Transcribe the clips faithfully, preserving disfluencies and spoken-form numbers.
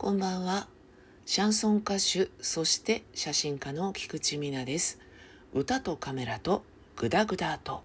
こんばんは。シャンソン歌手、そして写真家の菊池美奈です。歌とカメラとグダグダと。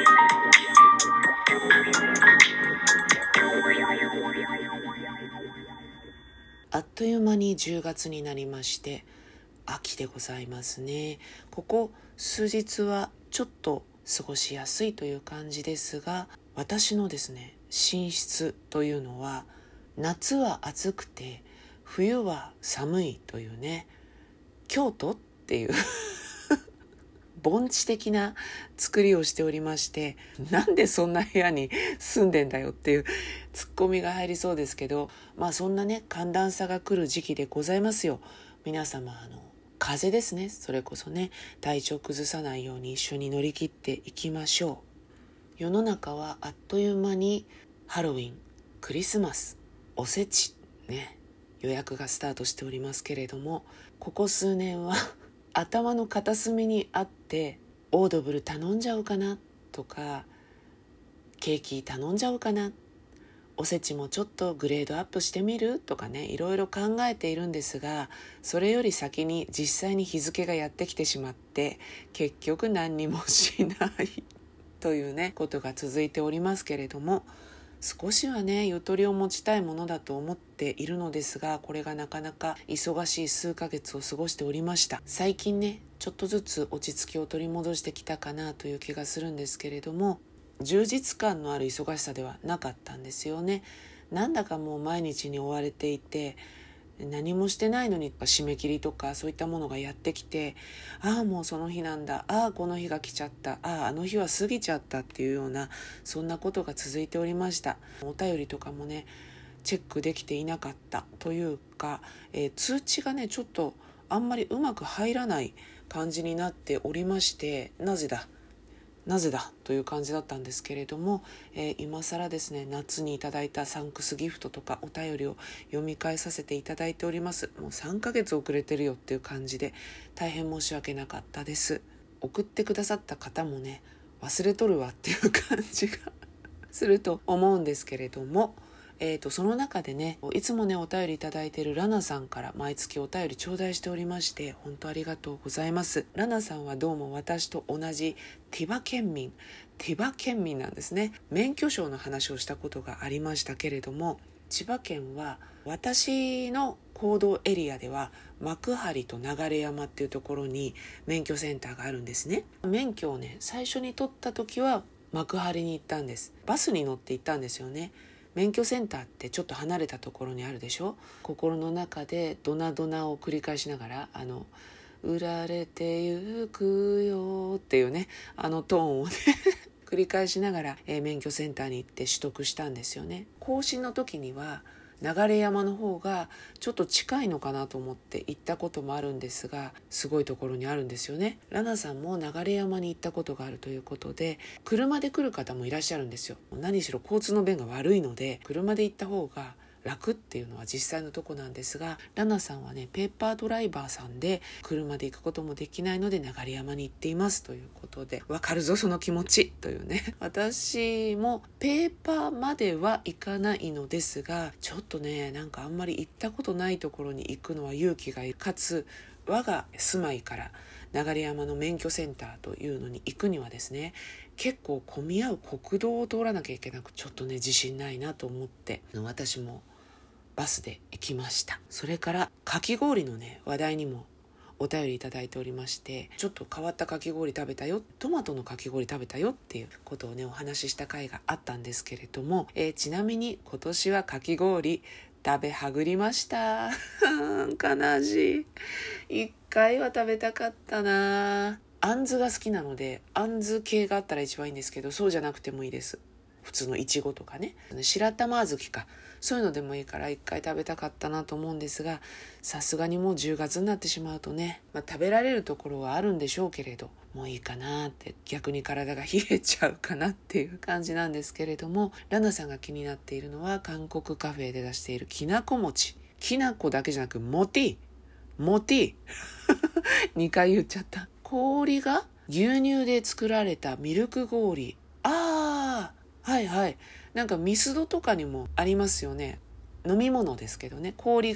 あっという間にじゅうがつになりまして、秋でございますね。ここ数日はちょっと過ごしやすいという感じですが、私のですね、寝室というのは夏は暑くて冬は寒いというね、京都っていう盆地的な作りをしておりまして、なんでそんな部屋に住んでんだよっていうツッコミが入りそうですけど、まあそんなね、寒暖差が来る時期でございますよ。皆様、あの風邪ですね、それこそね、体調崩さないように一緒に乗り切っていきましょう。世の中はあっという間にハロウィン、クリスマス、おせちね、予約がスタートしておりますけれども、ここ数年は頭の片隅にあって、オードブル頼んじゃおうかなとか、ケーキ頼んじゃおうかな、おせちもちょっとグレードアップしてみるとかね、いろいろ考えているんですが、それより先に実際に日付がやってきてしまって、結局何にもしないというね、ことが続いておりますけれども、少しはね、ゆとりを持ちたいものだと思っているのですが、これがなかなか忙しい数ヶ月を過ごしておりました。最近ね、ちょっとずつ落ち着きを取り戻してきたかなという気がするんですけれども、充実感のある忙しさではなかったんですよね。なんだかもう毎日に追われていて、何もしてないのに締め切りとかそういったものがやってきて、ああもうその日なんだ、ああこの日が来ちゃった、あああの日は過ぎちゃったっていうような、そんなことが続いておりました。お便りとかもね、チェックできていなかったというか、えー、通知がねちょっとあんまりうまく入らない感じになっておりまして、なぜだなぜだという感じだったんですけれども、えー、今更ですね、夏にいただいたサンクスギフトとかお便りを読み返させていただいております。もうさんかげつ遅れてるよっていう感じで大変申し訳なかったです。送ってくださった方もね、忘れとるわっていう感じがすると思うんですけれども、えーと、その中でね、いつもねお便りいただいているラナさんから毎月お便り頂戴しておりまして、本当ありがとうございます。ラナさんはどうも私と同じティバ県民ティバ県民なんですね。免許証の話をしたことがありましたけれども、千葉県は私の行動エリアでは幕張と流山っていうところに免許センターがあるんですね。免許をね最初に取った時は幕張に行ったんです。バスに乗って行ったんですよね。免許センターってちょっと離れたところにあるでしょ。心の中でドナドナを繰り返しながら、あの売られてゆくよっていうね、あのトーンをね繰り返しながら、えー、免許センターに行って取得したんですよね。更新の時には流山の方がちょっと近いのかなと思って行ったこともあるんですが、すごいところにあるんですよね。ラナさんも流山に行ったことがあるということで、車で来る方もいらっしゃるんですよ。何しろ交通の便が悪いので車で行った方が楽っていうのは実際のとこなんですが、ラナさんはねペーパードライバーさんで車で行くこともできないので流山に行っていますということで、わかるぞその気持ちというね。私もペーパーまでは行かないのですが、ちょっとねなんかあんまり行ったことないところに行くのは勇気がいる。かつ我が住まいから流山の免許センターというのに行くにはですね、結構混み合う国道を通らなきゃいけなく、ちょっとね自信ないなと思って私もバスで行きました。それからかき氷のね話題にもお便りいただいておりまして、ちょっと変わったかき氷食べたよ、トマトのかき氷食べたよっていうことをねお話しした回があったんですけれども、えー、ちなみに今年はかき氷食べはぐりました悲しい。一回は食べたかったな。あんずが好きなのであんず系があったら一番いいんですけど、そうじゃなくてもいいです。普通のいちごとかね、白玉小豆か、そういうのでもいいから一回食べたかったなと思うんですが、さすがにもうじゅうがつになってしまうとね、まあ、食べられるところはあるんでしょうけれど、もういいかなって、逆に体が冷えちゃうかなっていう感じなんですけれども、ラナさんが気になっているのは韓国カフェで出しているきなこ餅。きなこだけじゃなくモティモティにかい言っちゃった。氷が牛乳で作られたミルク氷。ああはいはい、なんかミスドとかにもありますよね。飲み物ですけどね、氷が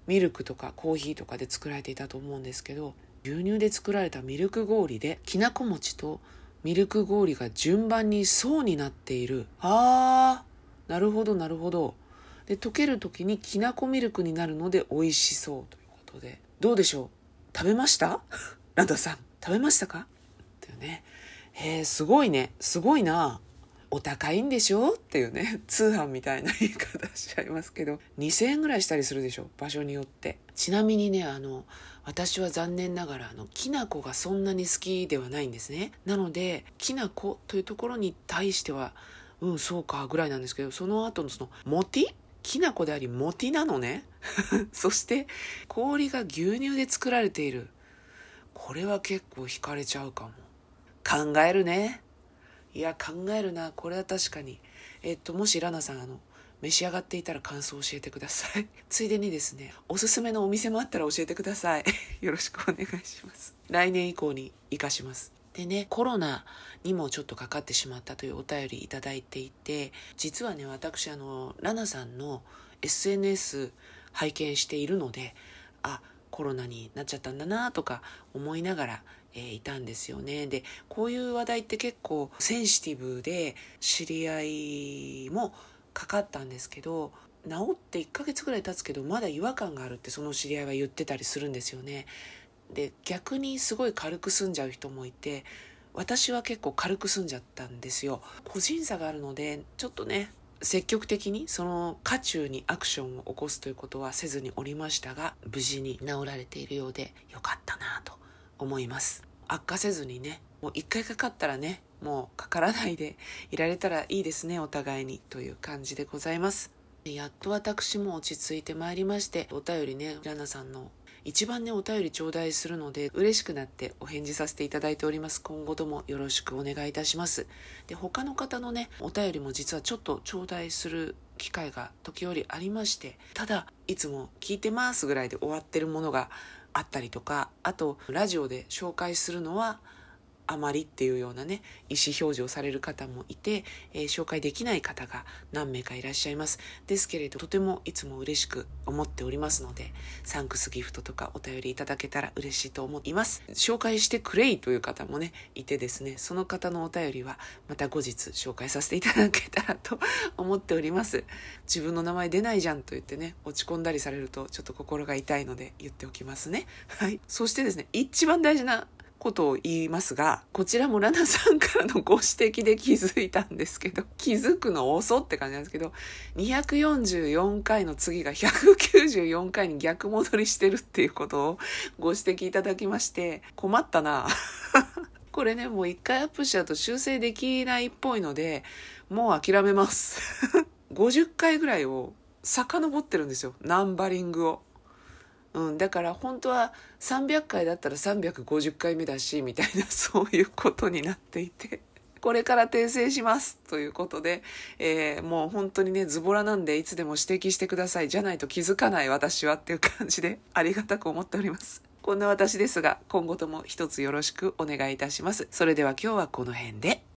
ミルクとかコーヒーとかで作られていたと思うんですけど、牛乳で作られたミルク氷できなこ餅とミルク氷が順番に層になっている。あー、なるほどなるほど。で溶ける時にきなこミルクになるので美味しそうということで、どうでしょう、食べましたランダさん食べましたかっていうね。へえ、すごいね、すごいな。お高いんでしょっていうね、通販みたいな言い方しちゃいますけど、にせんえんぐらいしたりするでしょ、場所によって。ちなみにね、あの私は残念ながらあのきな粉がそんなに好きではないんですね。なのできな粉というところに対してはうんそうかぐらいなんですけど、その後のそのモティきな粉でありモティなのねそして氷が牛乳で作られている。これは結構惹かれちゃうかも。考えるね。いや考えるな。これは確かに。えっともしラナさんあの召し上がっていたら感想を教えてください。ついでにですね、おすすめのお店もあったら教えてください。よろしくお願いします。来年以降に活かします。でね、コロナにもちょっとかかってしまったというお便りいただいていて、実はね、私あのラナさんの エスエヌエス 拝見しているので、あ、コロナになっちゃったんだなとか思いながら、えー、いたんですよね。で、こういう話題って結構センシティブで、知り合いもかかったんですけど、治っていっかげつぐらい経つけどまだ違和感があるってその知り合いは言ってたりするんですよね。で、逆にすごい軽く済んじゃう人もいて、私は結構軽く済んじゃったんですよ。個人差があるのでちょっとね、積極的にその渦中にアクションを起こすということはせずにおりましたが、無事に治られているようでよかったなと思います。悪化せずにね、もう一回かかったらね、もうかからないでいられたらいいですね、お互いにという感じでございます。やっと私も落ち着いてまいりまして、お便りね、ラナさんの一番ねお便り頂戴するので嬉しくなってお返事させていただいております。今後ともよろしくお願いいたします。で、他の方のねお便りも実はちょっと頂戴する機会が時折ありまして、ただいつも聞いてますぐらいで終わってるものがあったりとか、あとラジオで紹介するのはあまりっていうようなね意思表示をされる方もいて、えー、紹介できない方が何名かいらっしゃいます。ですけれどとてもいつも嬉しく思っておりますので、サンクスギフトとかお便りいただけたら嬉しいと思います。紹介してくれいという方もねいてですね、その方のお便りはまた後日紹介させていただけたらと思っております。自分の名前出ないじゃんと言ってね落ち込んだりされるとちょっと心が痛いので言っておきますね。はい。そしてですね、一番大事なことを言いますが、こちらもラナさんからのご指摘で気づいたんですけど、気づくの遅って感じなんですけど、にひゃくよんじゅうよんかいの次がひゃくきゅうじゅうよんかいに逆戻りしてるっていうことをご指摘いただきまして、困ったなこれね、もういっかいアップしちゃうと修正できないっぽいので、もう諦めますごじゅっかいぐらいを遡ってるんですよ、ナンバリングを。うん、だから本当はさんびゃっかいだったらさんびゃくごじゅっかいめだしみたいな、そういうことになっていて、これから訂正しますということで、えー、もう本当にねズボラなんでいつでも指摘してください、じゃないと気づかない私はっていう感じでありがたく思っております。こんな私ですが今後とも一つよろしくお願いいたします。それでは今日はこの辺で。